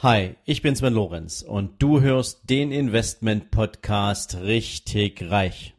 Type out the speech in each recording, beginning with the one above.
Hi, ich bin Sven Lorenz und du hörst den Investment-Podcast Richtig Reich.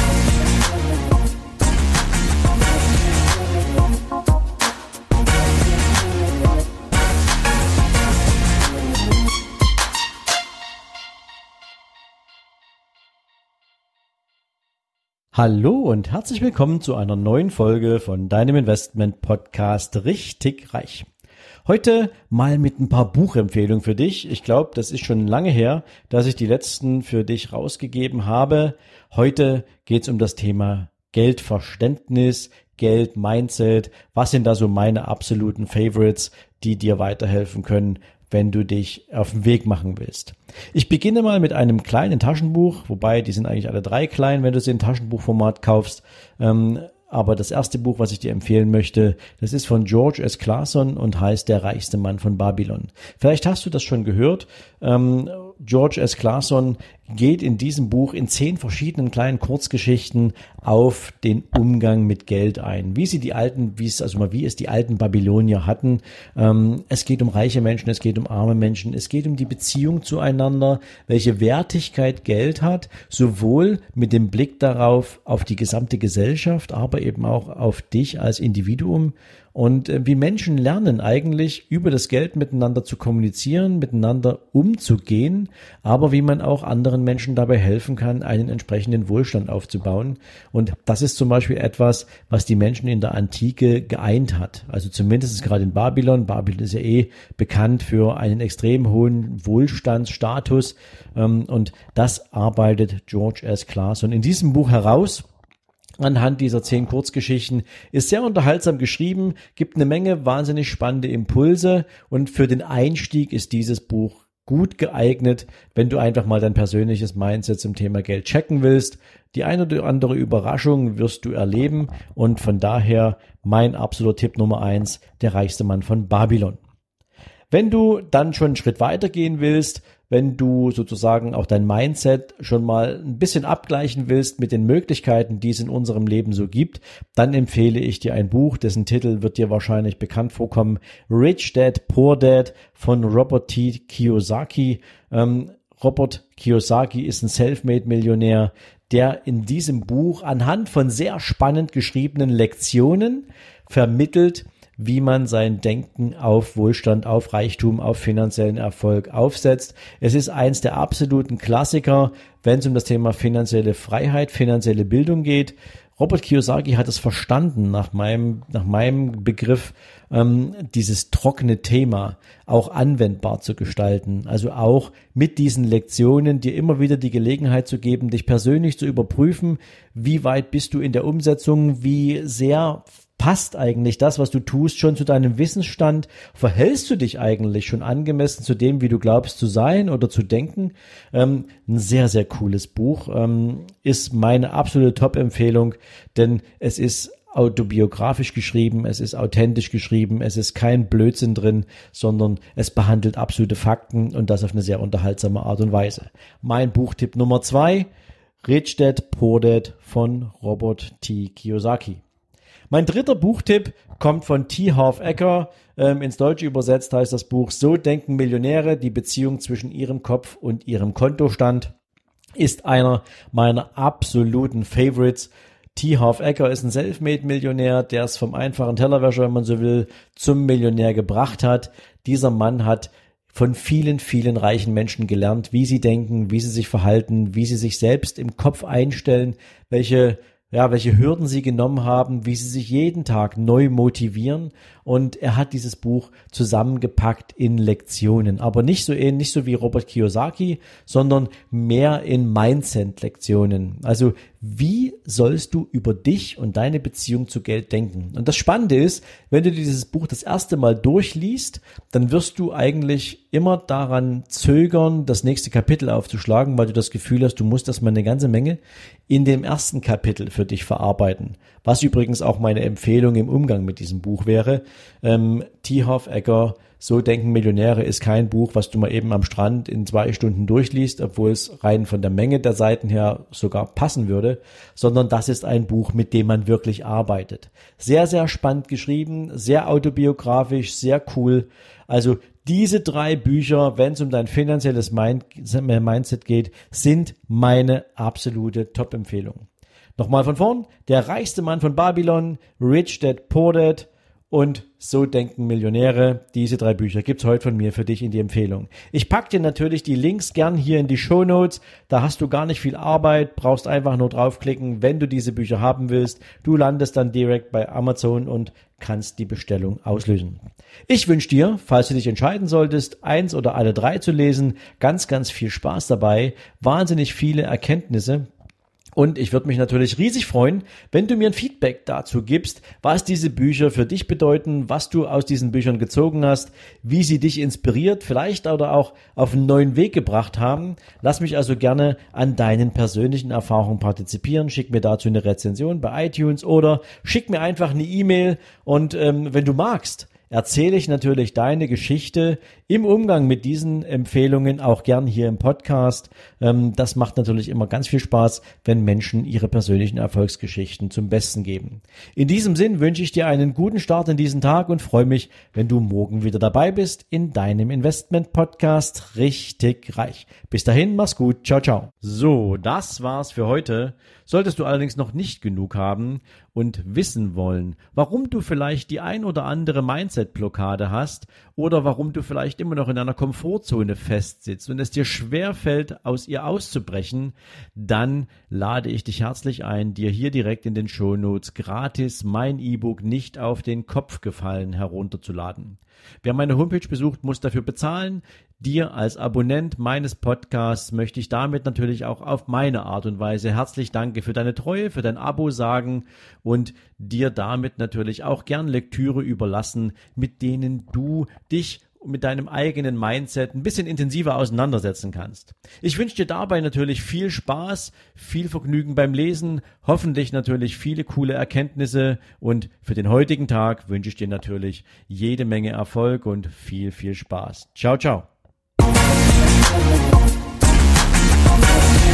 Hallo und herzlich willkommen zu einer neuen Folge von deinem Investment-Podcast Richtig Reich. Heute mal mit ein paar Buchempfehlungen für dich. Ich glaube, das ist schon lange her, dass ich die letzten für dich rausgegeben habe. Heute geht es um das Thema Geldverständnis, Geldmindset. Was sind da so meine absoluten Favorites, die dir weiterhelfen können, wenn du dich auf den Weg machen willst? Ich beginne mal mit einem kleinen Taschenbuch, wobei die sind eigentlich alle drei klein, wenn du sie in Taschenbuchformat kaufst. Aber das erste Buch, was ich dir empfehlen möchte, das ist von George S. Clason und heißt Der reichste Mann von Babylon. Vielleicht hast du das schon gehört. George S. Clason geht in diesem Buch in 10 verschiedenen kleinen Kurzgeschichten auf den Umgang mit Geld ein. Wie es die alten Babylonier hatten. Es geht um reiche Menschen, es geht um arme Menschen, es geht um die Beziehung zueinander, welche Wertigkeit Geld hat, sowohl mit dem Blick darauf, auf die gesamte Gesellschaft, aber eben auch auf dich als Individuum. Und wie Menschen lernen eigentlich über das Geld miteinander zu kommunizieren, miteinander umzugehen, aber wie man auch anderen Menschen dabei helfen kann, einen entsprechenden Wohlstand aufzubauen. Und das ist zum Beispiel etwas, was die Menschen in der Antike geeint hat. Also zumindest gerade in Babylon. Babylon ist ja bekannt für einen extrem hohen Wohlstandsstatus. Und das arbeitet George S. Clason in diesem Buch heraus. Anhand dieser 10 Kurzgeschichten, ist sehr unterhaltsam geschrieben, gibt eine Menge wahnsinnig spannende Impulse und für den Einstieg ist dieses Buch gut geeignet, wenn du einfach mal dein persönliches Mindset zum Thema Geld checken willst. Die eine oder andere Überraschung wirst du erleben und von daher mein absoluter Tipp Nummer 1, Der reichste Mann von Babylon. Wenn du dann schon einen Schritt weiter gehen willst, wenn du sozusagen auch dein Mindset schon mal ein bisschen abgleichen willst mit den Möglichkeiten, die es in unserem Leben so gibt, dann empfehle ich dir ein Buch, dessen Titel wird dir wahrscheinlich bekannt vorkommen, Rich Dad, Poor Dad von Robert T. Kiyosaki. Robert Kiyosaki ist ein Selfmade-Millionär, der in diesem Buch anhand von sehr spannend geschriebenen Lektionen vermittelt, wie man sein Denken auf Wohlstand, auf Reichtum, auf finanziellen Erfolg aufsetzt. Es ist eins der absoluten Klassiker, wenn es um das Thema finanzielle Freiheit, finanzielle Bildung geht. Robert Kiyosaki hat es verstanden, nach meinem Begriff, dieses trockene Thema auch anwendbar zu gestalten. Also auch mit diesen Lektionen dir immer wieder die Gelegenheit zu geben, dich persönlich zu überprüfen, wie weit bist du in der Umsetzung, wie sehr passt eigentlich das, was du tust, schon zu deinem Wissensstand? Verhältst du dich eigentlich schon angemessen zu dem, wie du glaubst zu sein oder zu denken? Ein sehr, sehr cooles Buch, ist meine absolute Top-Empfehlung, denn es ist autobiografisch geschrieben, es ist authentisch geschrieben, es ist kein Blödsinn drin, sondern es behandelt absolute Fakten und das auf eine sehr unterhaltsame Art und Weise. Mein Buchtipp Nummer 2, Rich Dad, Poor Dad von Robert T. Kiyosaki. Mein dritter Buchtipp kommt von T. Harv Eker. Ins Deutsche übersetzt heißt das Buch So denken Millionäre, die Beziehung zwischen ihrem Kopf und ihrem Kontostand. Ist einer meiner absoluten Favorites. T. Harv Eker ist ein Selfmade-Millionär, der es vom einfachen Tellerwäscher, wenn man so will, zum Millionär gebracht hat. Dieser Mann hat von vielen, vielen reichen Menschen gelernt, wie sie denken, wie sie sich verhalten, wie sie sich selbst im Kopf einstellen, welche Hürden sie genommen haben, wie sie sich jeden Tag neu motivieren. Und er hat dieses Buch zusammengepackt in Lektionen, aber nicht so wie Robert Kiyosaki, sondern mehr in Mindset-Lektionen. Also wie sollst du über dich und deine Beziehung zu Geld denken? Und das Spannende ist, wenn du dieses Buch das erste Mal durchliest, dann wirst du eigentlich immer daran zögern, das nächste Kapitel aufzuschlagen, weil du das Gefühl hast, du musst erstmal eine ganze Menge in dem ersten Kapitel für dich verarbeiten. Was übrigens auch meine Empfehlung im Umgang mit diesem Buch wäre. T. Harv Eker, So denken Millionäre ist kein Buch, was du mal eben am Strand in 2 Stunden durchliest, obwohl es rein von der Menge der Seiten her sogar passen würde, sondern das ist ein Buch, mit dem man wirklich arbeitet. Sehr, sehr spannend geschrieben, sehr autobiografisch, sehr cool. Also Diese 3 Bücher, wenn es um dein finanzielles Mindset geht, sind meine absolute Top-Empfehlung. Nochmal von vorn, Der reichste Mann von Babylon, Rich Dad Poor Dad und So denken Millionäre. Diese 3 Bücher gibt's heute von mir für dich in die Empfehlung. Ich pack dir natürlich die Links gern hier in die Shownotes. Da hast du gar nicht viel Arbeit, brauchst einfach nur draufklicken, wenn du diese Bücher haben willst. Du landest dann direkt bei Amazon und kannst die Bestellung auslösen. Ich wünsche dir, falls du dich entscheiden solltest, 1 oder alle 3 zu lesen, ganz, ganz viel Spaß dabei, wahnsinnig viele Erkenntnisse. Und ich würde mich natürlich riesig freuen, wenn du mir ein Feedback dazu gibst, was diese Bücher für dich bedeuten, was du aus diesen Büchern gezogen hast, wie sie dich inspiriert, vielleicht oder auch auf einen neuen Weg gebracht haben. Lass mich also gerne an deinen persönlichen Erfahrungen partizipieren. Schick mir dazu eine Rezension bei iTunes oder schick mir einfach eine E-Mail und wenn du magst, erzähle ich natürlich deine Geschichte im Umgang mit diesen Empfehlungen auch gern hier im Podcast. Das macht natürlich immer ganz viel Spaß, wenn Menschen ihre persönlichen Erfolgsgeschichten zum Besten geben. In diesem Sinn wünsche ich dir einen guten Start in diesen Tag und freue mich, wenn du morgen wieder dabei bist in deinem Investment-Podcast Richtig Reich. Bis dahin, mach's gut. Ciao, ciao. So, das war's für heute. Solltest du allerdings noch nicht genug haben und wissen wollen, warum du vielleicht die ein oder andere Mindset-Blockade hast oder warum du vielleicht immer noch in einer Komfortzone festsitzt und es dir schwerfällt, aus ihr auszubrechen, dann lade ich dich herzlich ein, dir hier direkt in den Shownotes gratis mein E-Book Nicht auf den Kopf gefallen herunterzuladen. Wer meine Homepage besucht, muss dafür bezahlen. Dir als Abonnent meines Podcasts möchte ich damit natürlich auch auf meine Art und Weise herzlich danke für deine Treue, für dein Abo sagen und dir damit natürlich auch gern Lektüre überlassen, mit denen du dich mit deinem eigenen Mindset ein bisschen intensiver auseinandersetzen kannst. Ich wünsche dir dabei natürlich viel Spaß, viel Vergnügen beim Lesen, hoffentlich natürlich viele coole Erkenntnisse und für den heutigen Tag wünsche ich dir natürlich jede Menge Erfolg und viel, viel Spaß. Ciao, ciao.